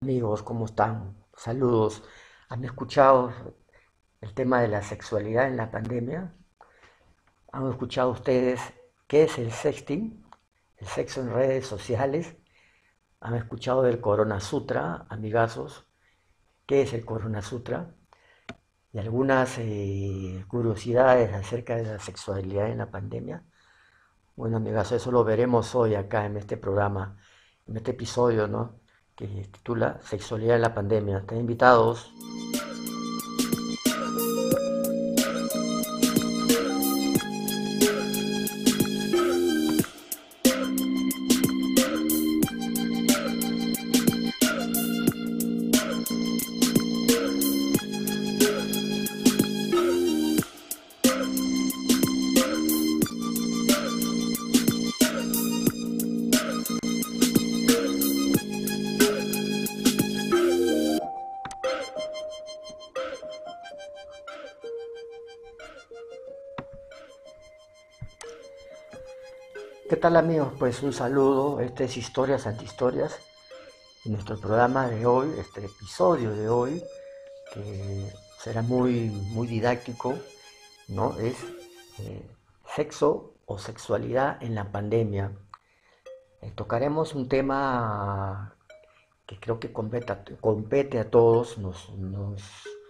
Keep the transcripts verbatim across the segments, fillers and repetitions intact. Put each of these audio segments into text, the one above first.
Amigos, ¿cómo están? Saludos. ¿Han escuchado el tema de la sexualidad en la pandemia? ¿Han escuchado ustedes qué es el sexting? El sexo en redes sociales. ¿Han escuchado del Corona Sutra, amigazos? ¿Qué es el Corona Sutra? Y algunas eh, curiosidades acerca de la sexualidad en la pandemia. Bueno, amigazos, eso lo veremos hoy acá en este programa, en este episodio, ¿no? Que titula Sexualidad en la pandemia. Están invitados. ¿Qué tal amigos? Pues un saludo, este es Historias Antihistorias y nuestro programa de hoy, este episodio de hoy, que será muy, muy didáctico, ¿no? Es eh, sexo o sexualidad en la pandemia. Eh, tocaremos un tema que creo que compete a, compete a todos, nos, nos,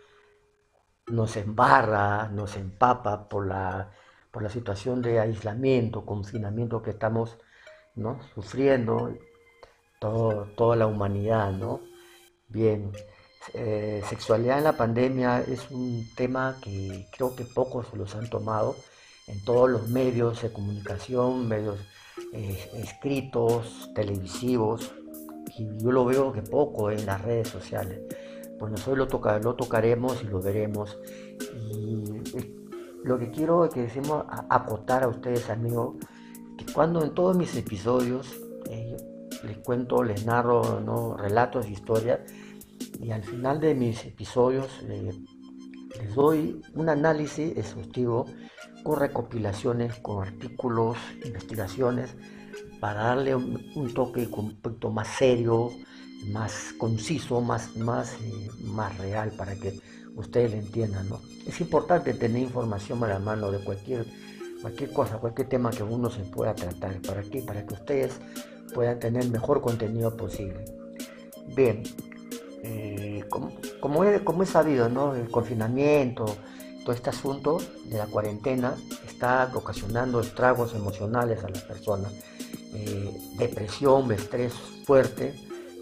nos embarra, nos empapa por la, por la situación de aislamiento, confinamiento que estamos, ¿no? Sufriendo todo, toda la humanidad, ¿no? Bien, eh, sexualidad en la pandemia es un tema que creo que pocos se los han tomado en todos los medios de comunicación, medios eh, escritos, televisivos, y yo lo veo que poco en las redes sociales. Bueno, hoy lo, toca, lo tocaremos y lo veremos. Y eh, lo que quiero que decimos a- acotar a ustedes, amigos, que cuando en todos mis episodios eh, les cuento, les narro, ¿no? Relatos, historias, y al final de mis episodios eh, les doy un análisis exhaustivo con recopilaciones, con artículos, investigaciones, para darle un, un toque un poquito más serio, más conciso, más, más, eh, más real, para que ustedes lo entiendan, ¿no? Es importante tener información a la mano de cualquier, cualquier cosa, cualquier tema que uno se pueda tratar. ¿Para qué? Para que ustedes puedan tener el mejor contenido posible. Bien, eh, como, como, he, como he sabido, ¿no? El confinamiento, todo este asunto de la cuarentena está ocasionando estragos emocionales a las personas, eh, depresión, estrés fuerte,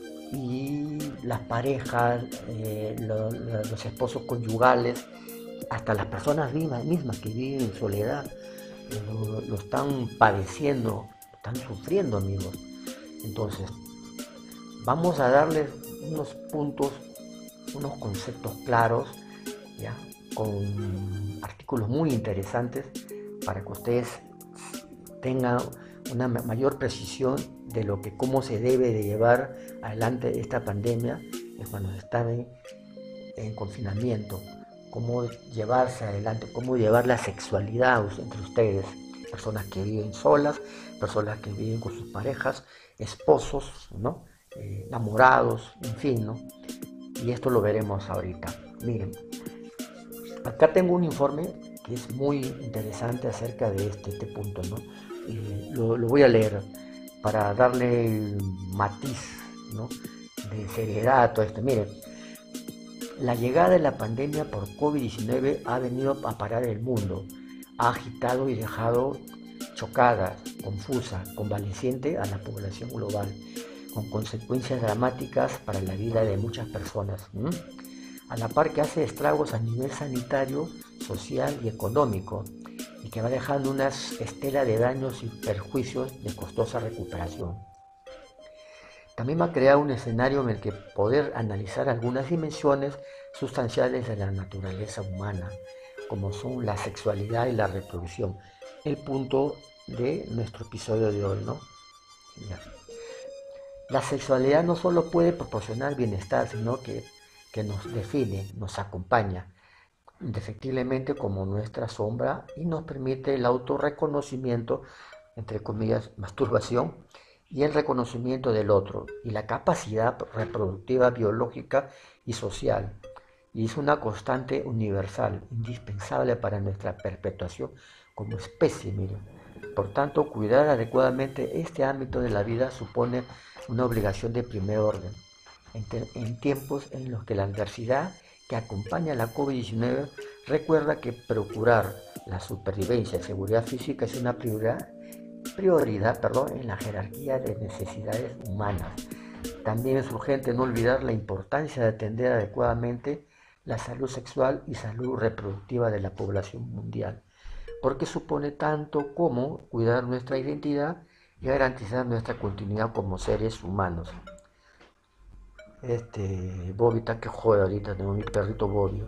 y las parejas, eh, lo- lo- los esposos conyugales, hasta las personas mismas, mismas que viven en soledad, eh, lo, lo están padeciendo, están sufriendo, amigos. Entonces, vamos a darles unos puntos, unos conceptos claros, ¿ya? Con artículos muy interesantes para que ustedes tengan una mayor precisión de lo que cómo se debe de llevar adelante esta pandemia cuando están en, en confinamiento, cómo llevarse adelante, cómo llevar la sexualidad entre ustedes, personas que viven solas, personas que viven con sus parejas, esposos, ¿no? Eh, enamorados, en fin, ¿no? Y esto lo veremos ahorita. Miren, acá tengo un informe que es muy interesante acerca de este, este punto, ¿no? Eh, lo, lo voy a leer para darle matiz, ¿no? De seriedad a todo esto. Miren, la llegada de la pandemia por COVID diecinueve ha venido a parar el mundo, ha agitado y dejado chocada, confusa, convaleciente a la población global, con consecuencias dramáticas para la vida de muchas personas, ¿m? A la par que hace estragos a nivel sanitario, social y económico, y que va dejando una estela de daños y perjuicios de costosa recuperación. También va a crear un escenario en el que poder analizar algunas dimensiones sustanciales de la naturaleza humana, como son la sexualidad y la reproducción. El punto de nuestro episodio de hoy, ¿no? Ya. La sexualidad no solo puede proporcionar bienestar, sino que, que nos define, nos acompaña indefectiblemente como nuestra sombra y nos permite el autorreconocimiento, entre comillas, masturbación, y el reconocimiento del otro y la capacidad reproductiva biológica y social. Y es una constante universal, indispensable para nuestra perpetuación como especie, miren. Por tanto, cuidar adecuadamente este ámbito de la vida supone una obligación de primer orden. En, en tiempos en los que la adversidad que acompaña a la COVID diecinueve recuerda que procurar la supervivencia y seguridad física es una prioridad, prioridad perdón, en la jerarquía de necesidades humanas. También es urgente no olvidar la importancia de atender adecuadamente la salud sexual y salud reproductiva de la población mundial, porque supone tanto como cuidar nuestra identidad y garantizar nuestra continuidad como seres humanos. Este, Bobby está que juega ahorita, tengo mi perrito Bobby.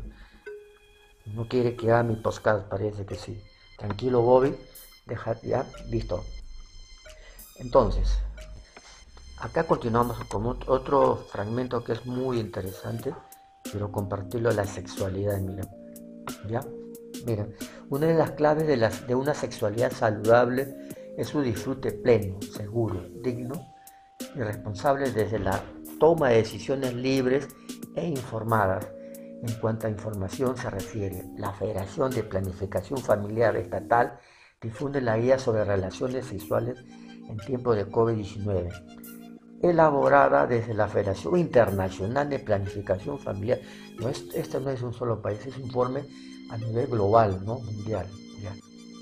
No quiere que haga mi podcast, parece que sí. Tranquilo Bobby, deja, ya, listo. Entonces, acá continuamos con otro fragmento que es muy interesante. Quiero compartirlo, la sexualidad, mira. ¿Ya? Mira, una de las claves de, las, de una sexualidad saludable es su disfrute pleno, seguro, digno y responsable desde la toma de decisiones libres e informadas. En cuanto a información se refiere, la Federación de Planificación Familiar Estatal difunde la guía sobre relaciones sexuales en tiempos de COVID diecinueve, elaborada desde la Federación Internacional de Planificación Familiar. No es, este no es un solo país, es un informe a nivel global, ¿no? Mundial. ¿Ya?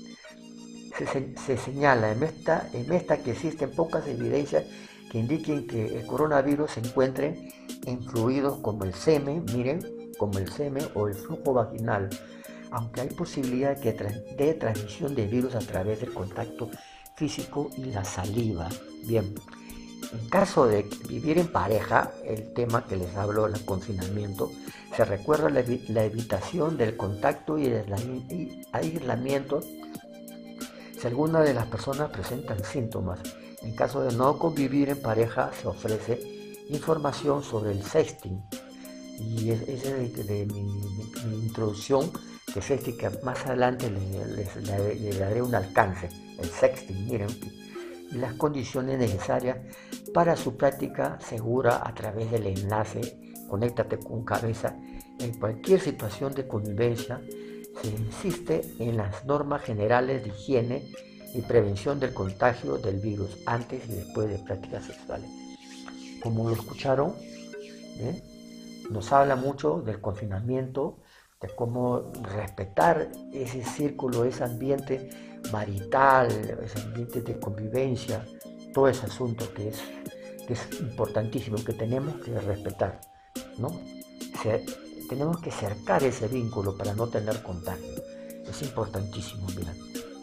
Se, se señala en esta, en esta que existen pocas evidencias que indiquen que el coronavirus se encuentre en fluidos como el semen, miren, como el semen o el flujo vaginal, aunque hay posibilidad de, de transmisión de virus a través del contacto físico y la saliva. Bien, en caso de vivir en pareja, el tema que les hablo, el confinamiento, se recuerda la, la evitación del contacto y el aislamiento si alguna de las personas presentan síntomas. En caso de no convivir en pareja, se ofrece información sobre el sexting. Y esa es de, de mi, mi, mi introducción, que sexting, que más adelante les, les, les, les daré un alcance. El sexting, miren, y las condiciones necesarias para su práctica segura a través del enlace Conéctate con Cabeza. En cualquier situación de convivencia se insiste en las normas generales de higiene y prevención del contagio del virus antes y después de prácticas sexuales. Como lo escucharon, ¿eh? Nos habla mucho del confinamiento, de cómo respetar ese círculo, ese ambiente marital, ese ambiente de convivencia, todo ese asunto que es, que es importantísimo, que tenemos que respetar, ¿no? O sea, tenemos que cercar ese vínculo para no tener contagio. Es importantísimo, mira.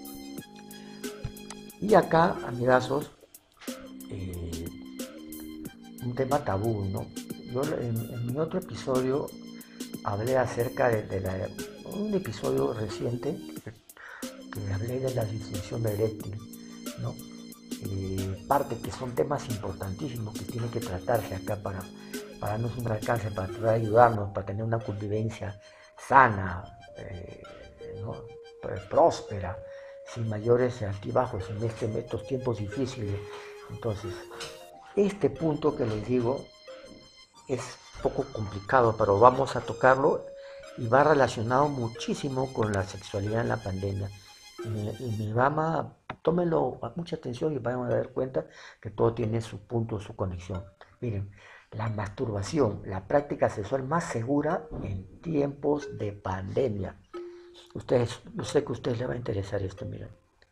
Y acá, amigazos, eh, un tema tabú, ¿no? Yo en, en mi otro episodio hablé acerca de, de la, un episodio reciente que, que hablé de la disfunción eréctil, ¿no? Eh, parte que son temas importantísimos que tienen que tratarse acá para, para darnos un alcance, para poder ayudarnos, para tener una convivencia sana, eh, ¿no? próspera, sin mayores altibajos en, este, en estos tiempos difíciles. Entonces, este punto que les digo es poco complicado, pero vamos a tocarlo y va relacionado muchísimo con la sexualidad en la pandemia. Y mi mamá, tómenlo a mucha atención y van a dar cuenta que todo tiene su punto, su conexión. Miren, la masturbación, la práctica sexual más segura en tiempos de pandemia. Ustedes, yo sé que a ustedes les va a interesar esto, miren.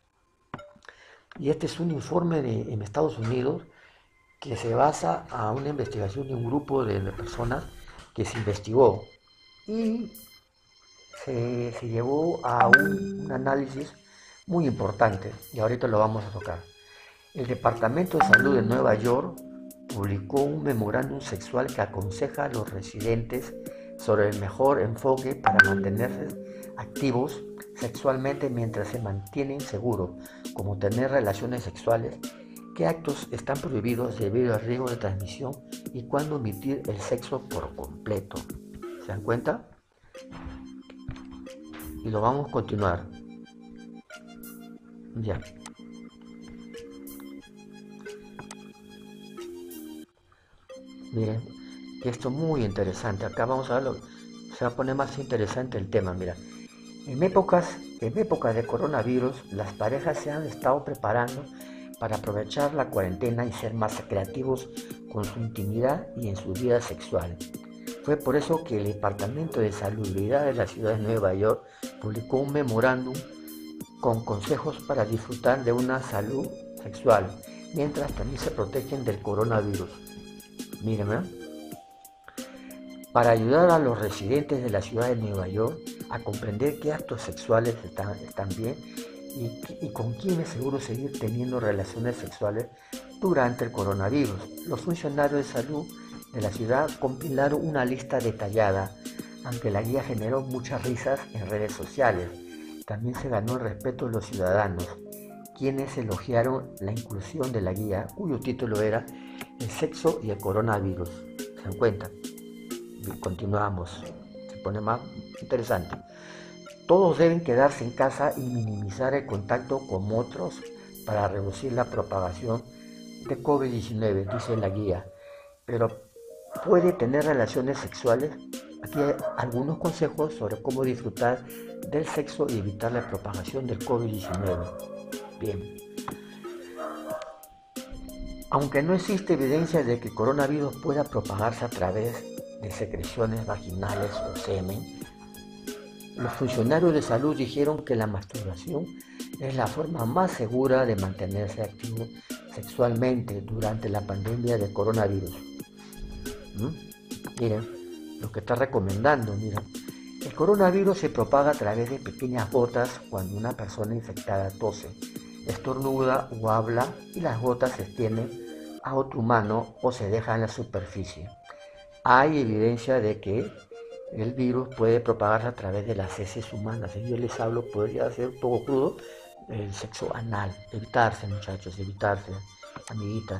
Y este es un informe de, en Estados Unidos que se basa a una investigación de un grupo de personas que se investigó y se, se llevó a un, un análisis muy importante, y ahorita lo vamos a tocar. El Departamento de Salud de Nueva York publicó un memorándum sexual que aconseja a los residentes sobre el mejor enfoque para mantenerse activos sexualmente mientras se mantienen seguros, como tener relaciones sexuales, qué actos están prohibidos debido al riesgo de transmisión y cuándo omitir el sexo por completo. ¿Se dan cuenta? Y lo vamos a continuar. Ya. Miren, esto es muy interesante. Acá vamos a verlo, se va a poner más interesante el tema. Mira, en épocas, en épocas de coronavirus, las parejas se han estado preparando para aprovechar la cuarentena y ser más creativos con su intimidad y en su vida sexual. Fue por eso que el Departamento de Salubridad de la ciudad de Nueva York publicó un memorándum con consejos para disfrutar de una salud sexual, mientras también se protegen del coronavirus. Mírenme. Para ayudar a los residentes de la ciudad de Nueva York a comprender qué actos sexuales están, están bien y, y con quiénes seguro seguir teniendo relaciones sexuales durante el coronavirus, los funcionarios de salud de la ciudad compilaron una lista detallada, aunque la guía generó muchas risas en redes sociales. También se ganó el respeto de los ciudadanos, quienes elogiaron la inclusión de la guía, cuyo título era El sexo y el coronavirus. ¿Se dan cuenta? Y continuamos, se pone más interesante. Todos deben quedarse en casa y minimizar el contacto con otros para reducir la propagación de COVID diecinueve, dice la guía. Pero puede tener relaciones sexuales. Aquí hay algunos consejos sobre cómo disfrutar del sexo y evitar la propagación del COVID diecinueve. Bien. Aunque no existe evidencia de que el coronavirus pueda propagarse a través de secreciones vaginales o semen, los funcionarios de salud dijeron que la masturbación es la forma más segura de mantenerse activo sexualmente durante la pandemia de coronavirus. ¿Mm? Miren, lo que está recomendando, miren. El coronavirus se propaga a través de pequeñas gotas cuando una persona infectada tose, estornuda o habla y las gotas se extienden a otro humano o se dejan en la superficie. Hay evidencia de que el virus puede propagarse a través de las heces humanas. Si yo les hablo, podría ser un poco crudo, el sexo anal. Evitarse, muchachos, evitarse, amiguitas.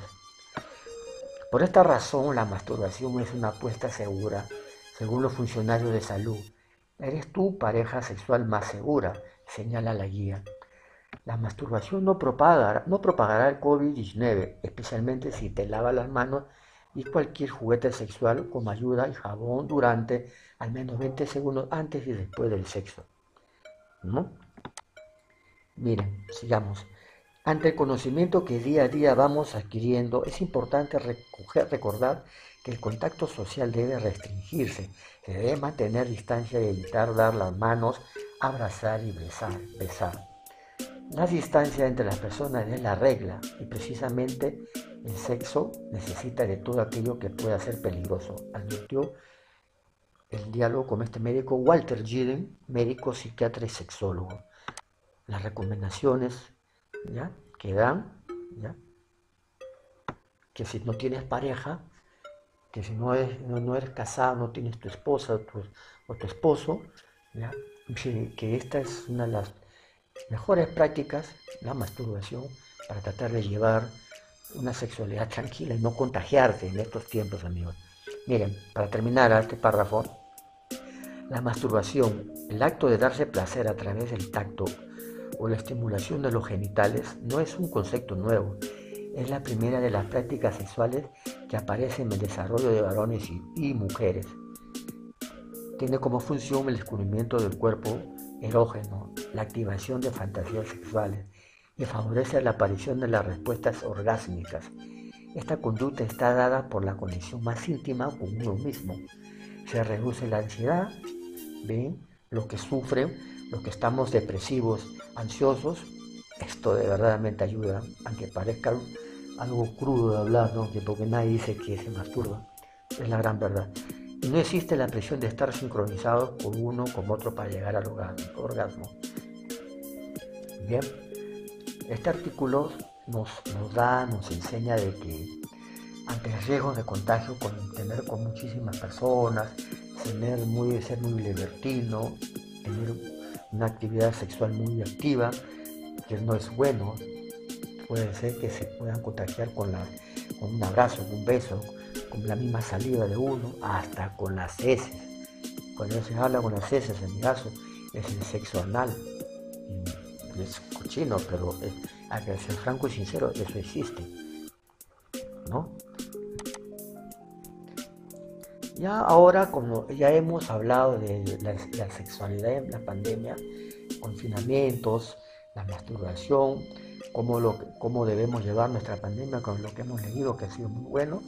Por esta razón, la masturbación es una apuesta segura, según los funcionarios de salud. Eres tu pareja sexual más segura, señala la guía. La masturbación no propagará, no propagará el COVID diecinueve, especialmente si te lavas las manos y cualquier juguete sexual con ayuda y jabón durante al menos veinte segundos antes y después del sexo. ¿No? Miren, sigamos. Ante el conocimiento que día a día vamos adquiriendo, es importante recoger, recordar que el contacto social debe restringirse, se debe mantener distancia y evitar dar las manos, abrazar y besar. besar. La distancia entre las personas es la regla y precisamente el sexo necesita de todo aquello que pueda ser peligroso, advirtió el diálogo con este médico Walter Giden, médico, psiquiatra y sexólogo. Las recomendaciones, ¿ya?, que dan, ¿ya?, que si no tienes pareja, que si no eres, no, no eres casado, no tienes tu esposa tu, o tu esposo, ¿ya?, que esta es una de las mejores prácticas, la masturbación, para tratar de llevar una sexualidad tranquila y no contagiarte en estos tiempos, amigos. Miren, para terminar este párrafo, la masturbación, el acto de darse placer a través del tacto o la estimulación de los genitales, no es un concepto nuevo. Es la primera de las prácticas sexuales que aparece en el desarrollo de varones y, y mujeres. Tiene como función el descubrimiento del cuerpo erógeno, la activación de fantasías sexuales y favorece la aparición de las respuestas orgásmicas. Esta conducta está dada por la conexión más íntima con uno mismo. Se reduce la ansiedad, ¿ven? Los que sufren, los que estamos depresivos, ansiosos, esto de verdaderamente ayuda, aunque parezca algo crudo de hablar, ¿no?, que porque nadie dice que se masturba, es la gran verdad. Y no existe la presión de estar sincronizados con uno con otro para llegar al orgasmo. Bien, este artículo nos, nos da, nos enseña de que ante el riesgo de contagio con tener con muchísimas personas, tener muy, ser muy libertino, tener una actividad sexual muy activa, que no es bueno, puede ser que se puedan contagiar con, la, con un abrazo, con un beso, con la misma saliva de uno, hasta con las heces. Cuando se habla con las heces, en mi caso, es el sexo anal. Y es cochino, pero eh, hay que ser franco y sincero, eso existe, ¿no? Ya ahora, como ya hemos hablado de la, la sexualidad en la pandemia, confinamientos, la masturbación, cómo, lo, cómo debemos llevar nuestra pandemia con lo que hemos leído, que ha sido muy bueno,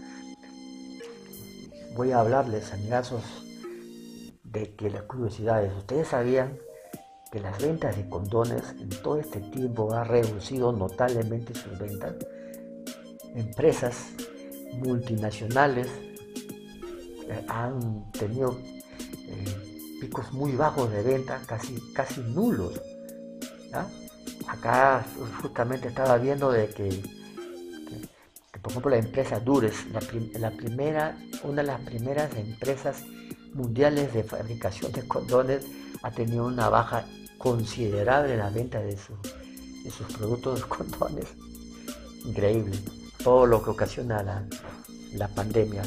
voy a hablarles, amigazos, de que las curiosidades. ¿Ustedes sabían que las ventas de condones en todo este tiempo han reducido notablemente sus ventas? Empresas multinacionales eh, han tenido eh, picos muy bajos de venta, casi, casi nulos. ¿Ya? Acá justamente estaba viendo de que, que, que por ejemplo la empresa Dures, la, prim, la primera, una de las primeras empresas mundiales de fabricación de condones, ha tenido una baja considerable en la venta de, su, de sus productos de condones. Increíble todo lo que ocasiona la, la pandemia.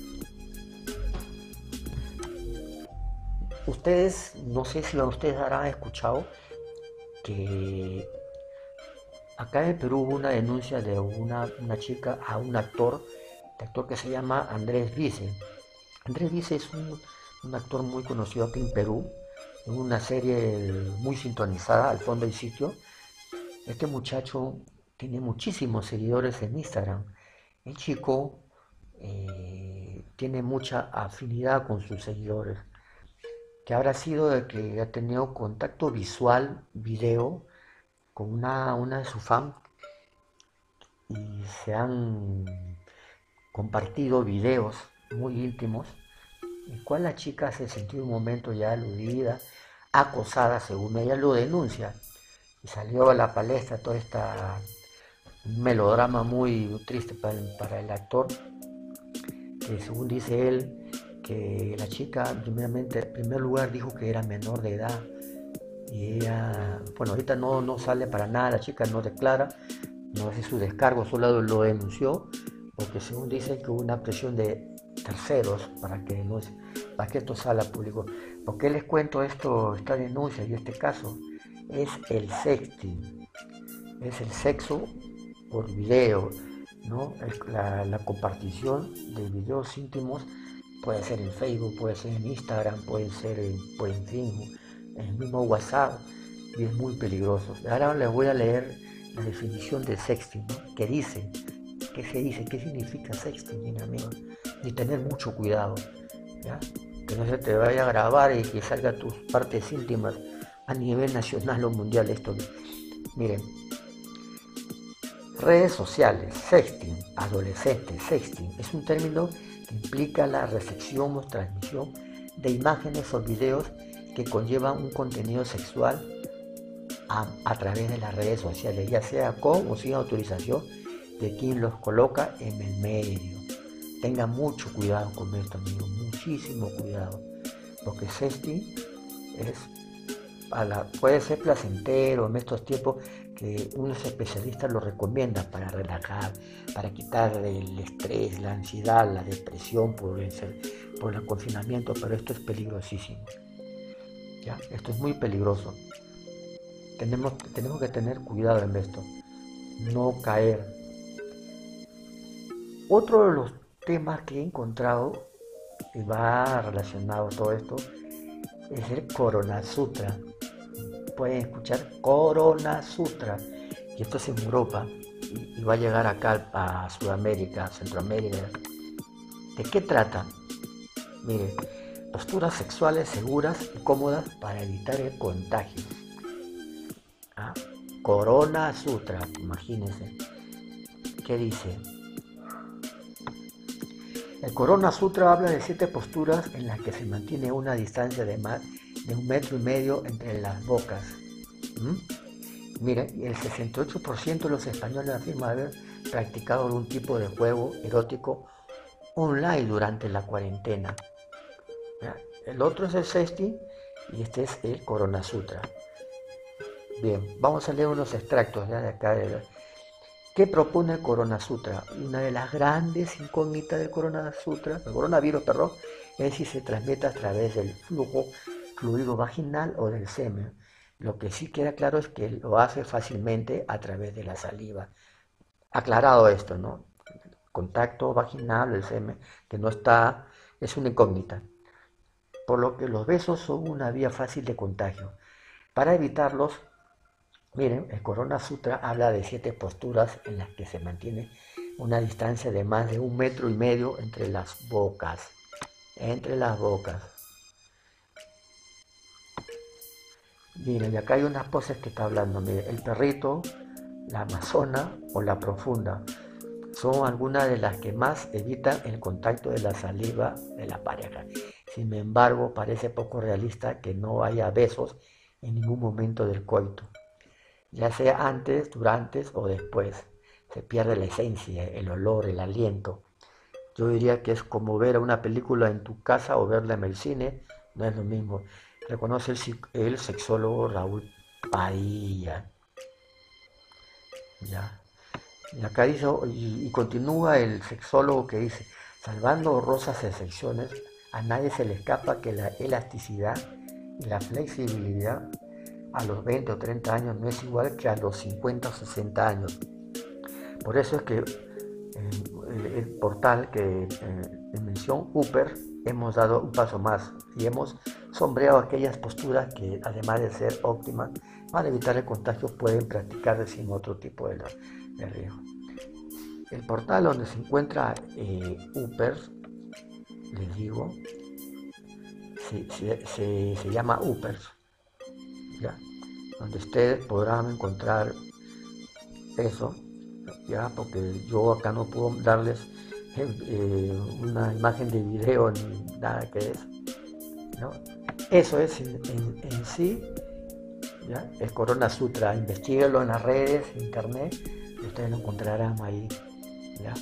Ustedes, no sé si ustedes habrán escuchado que acá en el Perú hubo una denuncia de una, una chica a un actor, de actor que se llama Andrés Vice. Andrés Vice es un, un actor muy conocido aquí en Perú, en una serie muy sintonizada, Al fondo del sitio. Este muchacho tiene muchísimos seguidores en Instagram. El chico eh, tiene mucha afinidad con sus seguidores, que habrá sido de que ha tenido contacto visual, video, con una, una de sus fans, y se han compartido videos muy íntimos, en el cual la chica se sintió un momento ya aludida, acosada, según ella lo denuncia, y salió a la palestra todo esta un melodrama muy triste para el, para el actor, que según dice él, que la chica primeramente, en primer lugar dijo que era menor de edad, y ella, bueno, ahorita no, no sale para nada, la chica no declara, no hace su descargo, solo lo denunció, porque según dicen que hubo una presión de terceros para que, no, para que esto salga público. ¿Por qué les cuento esto, esta denuncia y este caso? Es el sexting, es el sexo por video, ¿no? La, la compartición de videos íntimos puede ser en Facebook, puede ser en Instagram, puede ser en, por en Facebook, en el mismo WhatsApp, y es muy peligroso. Ahora les voy a leer la definición de sexting, ¿no? ¿Qué dice? ¿Qué se dice? ¿Qué significa sexting, mis amigos? Y tener mucho cuidado, ¿ya? Que no se te vaya a grabar y que salga tus partes íntimas a nivel nacional o mundial. Esto, miren, redes sociales, sexting, adolescentes, sexting, es un término que implica la recepción o transmisión de imágenes o videos que conllevan un contenido sexual a, a través de las redes sociales, ya sea con o sin autorización de quien los coloca en el medio. Tengan mucho cuidado con esto, amigos, muchísimo cuidado, porque sexting es a la, puede ser placentero en estos tiempos que unos especialistas lo recomiendan para relajar, para quitar el estrés, la ansiedad, la depresión por el, por el confinamiento, pero esto es peligrosísimo. ¿Ya? Esto es muy peligroso. Tenemos, tenemos que tener cuidado en esto, no caer. Otro de los temas que he encontrado y va relacionado a todo esto es el Corona Sutra. Pueden escuchar Corona Sutra, y esto es en Europa y, y va a llegar acá a Sudamérica, Centroamérica. ¿De qué trata? Mire, posturas sexuales seguras y cómodas para evitar el contagio. ¿Ah? Corona Sutra, imagínense. ¿Qué dice? El Corona Sutra habla de siete posturas en las que se mantiene una distancia de más de un metro y medio entre las bocas. ¿Mm? Miren, el sesenta y ocho por ciento de los españoles afirma haber practicado algún tipo de juego erótico online durante la cuarentena. ¿Ya? El otro es el sexting y este es el Corona Sutra. Bien, vamos a leer unos extractos ¿ya? de acá. De... ¿Qué propone el Corona Sutra? Una de las grandes incógnitas del Corona Sutra, el coronavirus, perdón, es si se transmite a través del flujo fluido vaginal o del semen. Lo que sí queda claro es que lo hace fácilmente a través de la saliva. Aclarado esto, ¿no? Contacto vaginal, el semen, que no está es una incógnita, por lo que los besos son una vía fácil de contagio. Para evitarlos, miren, el Corona Sutra habla de siete posturas en las que se mantiene una distancia de más de un metro y medio entre las bocas, entre las bocas. Miren, y acá hay unas poses que está hablando, miren, el perrito, la amazona o la profunda. Son algunas de las que más evitan el contacto de la saliva de la pareja. Sin embargo, parece poco realista que no haya besos en ningún momento del coito, ya sea antes, durante o después. Se pierde la esencia, el olor, el aliento. Yo diría que es como ver una película en tu casa o verla en el cine, no es lo mismo. Reconoce el, el sexólogo Raúl Padilla. ¿Ya? Y acá dice, y, y continúa el sexólogo que dice, salvando honrosas excepciones, a nadie se le escapa que la elasticidad y la flexibilidad a los veinte o treinta años no es igual que a los cincuenta o sesenta años. Por eso es que eh, el, el portal que eh, en mención Upper hemos dado un paso más y hemos sombreado aquellas posturas que, además de ser óptimas para evitar el contagio, pueden practicarse sin otro tipo de, de riesgo. El portal donde se encuentra eh, Upper, les digo, se, se, se, se llama Upper, ¿ya? Donde ustedes podrán encontrar eso, ya, porque yo acá no puedo darles eh, una imagen de video ni nada que es, ¿no? Eso es en, en, en sí, ¿ya? El Corona Sutra. Investíguenlo en las redes, en internet, y ustedes lo encontrarán ahí, ¿ya?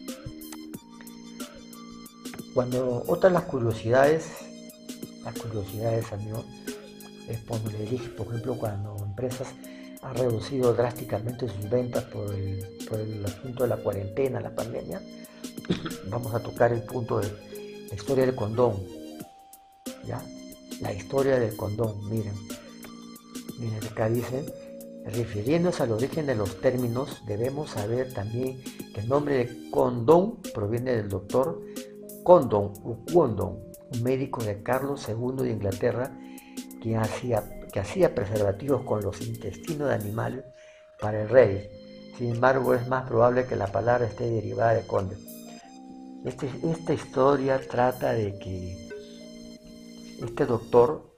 Cuando otras las curiosidades, las curiosidades, amigos, es cuando les dije, por ejemplo, cuando empresas han reducido drásticamente sus ventas por el, por el asunto de la cuarentena, la pandemia, vamos a tocar el punto de la historia del condón, ¿ya? La historia del condón, miren, miren, acá dice, refiriéndose al origen de los términos, debemos saber también que el nombre de condón proviene del doctor Condon o Condon, un médico de Carlos segundo de Inglaterra, que hacía, que hacía preservativos con los intestinos de animales para el rey. Sin embargo, es más probable que la palabra esté derivada de conde. Este, esta historia trata de que este doctor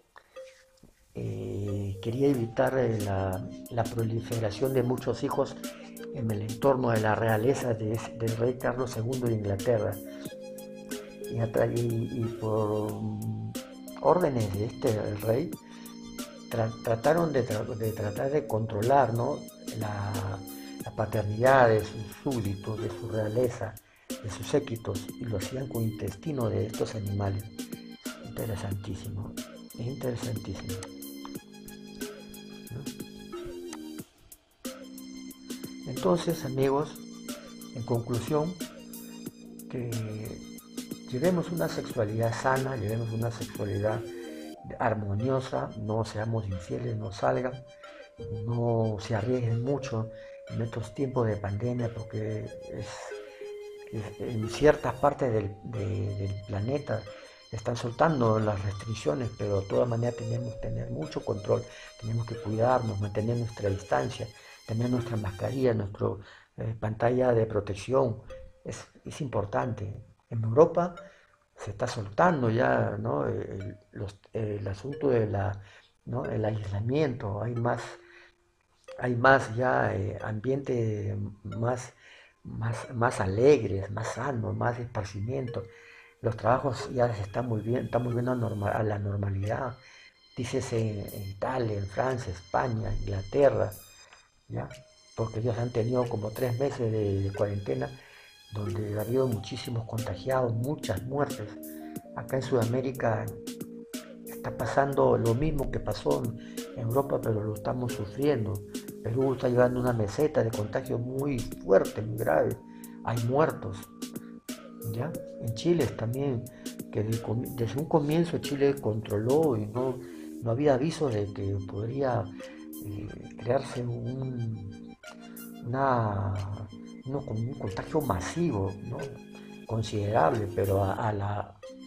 eh, quería evitar eh, la, la proliferación de muchos hijos en el entorno de la realeza de, del rey Carlos segundo de Inglaterra. Y, y, y por órdenes de este el rey, tra trataron de, tra de tratar de controlar, ¿no?, la, la paternidad de sus súbditos, de su realeza, de sus séquitos, y lo hacían con intestino de estos animales. Interesantísimo, interesantísimo, ¿no? Entonces, amigos, en conclusión, que llevemos una sexualidad sana, llevemos una sexualidad armoniosa, no seamos infieles, no salgan, no se arriesguen mucho en estos tiempos de pandemia, porque es, es, en ciertas partes del, de, del planeta están soltando las restricciones, pero de todas maneras tenemos que tener mucho control, tenemos que cuidarnos, mantener nuestra distancia, tener nuestra mascarilla, nuestra eh, pantalla de protección, es, es importante. En Europa se está soltando ya, ¿no?, el, los, el asunto de la, ¿no?, el aislamiento, hay más, hay más ya eh, ambiente más, más, más alegres, más sanos, más esparcimiento. Los trabajos ya se están muy bien, están volviendo a, normal, a la normalidad. Dícese en, en Italia, en Francia, España, Inglaterra, ¿ya? Porque ellos han tenido como tres meses de, de cuarentena, donde ha habido muchísimos contagiados, muchas muertes. Acá en Sudamérica está pasando lo mismo que pasó en Europa, pero lo estamos sufriendo. Perú está llevando una meseta de contagio muy fuerte, muy grave. Hay muertos, ¿ya? En Chile también, que desde un comienzo Chile controló y no, no había aviso de que podría eh, crearse un, una, uno, un contagio masivo, ¿no?, considerable, pero a, a, la,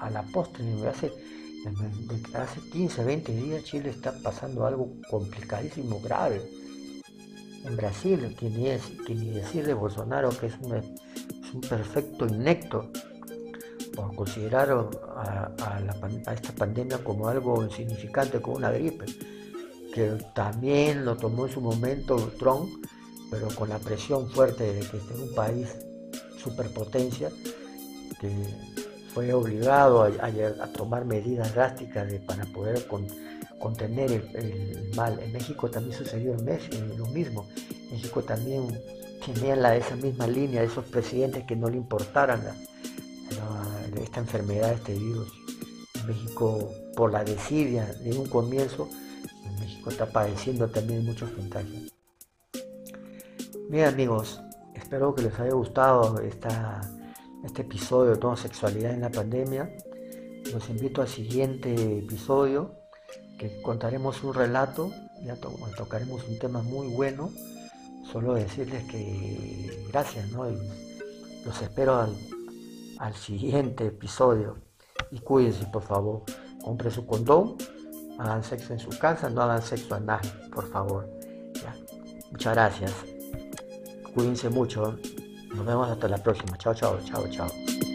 a la postre. Hace, hace quince, veinte días Chile está pasando algo complicadísimo, grave. En Brasil, que ni, es, que ni decir de Bolsonaro, que es un, es un perfecto inecto, por considerar a, a, la, a esta pandemia como algo insignificante, como una gripe, que también lo tomó en su momento Trump, pero con la presión fuerte de que este es un país superpotencia, que fue obligado a, a, a tomar medidas drásticas de, para poder con, contener el, el mal. En México también sucedió en México, lo mismo. México también tenía la, esa misma línea de esos presidentes que no le importaran la, la, esta enfermedad, este virus. En México, por la desidia de un comienzo, en México está padeciendo también muchos contagios. Bien, amigos, espero que les haya gustado esta, este episodio de homosexualidad en la pandemia. Los invito al siguiente episodio, que contaremos un relato, ya to tocaremos un tema muy bueno. Solo decirles que gracias, ¿no? Y los espero al, al siguiente episodio. Y cuídense, por favor. Compre su condón, hagan sexo en su casa, no hagan sexo anal, por favor. ¿Ya? Muchas gracias. Cuídense mucho. Nos vemos hasta la próxima. Chao, chao, chao, chao.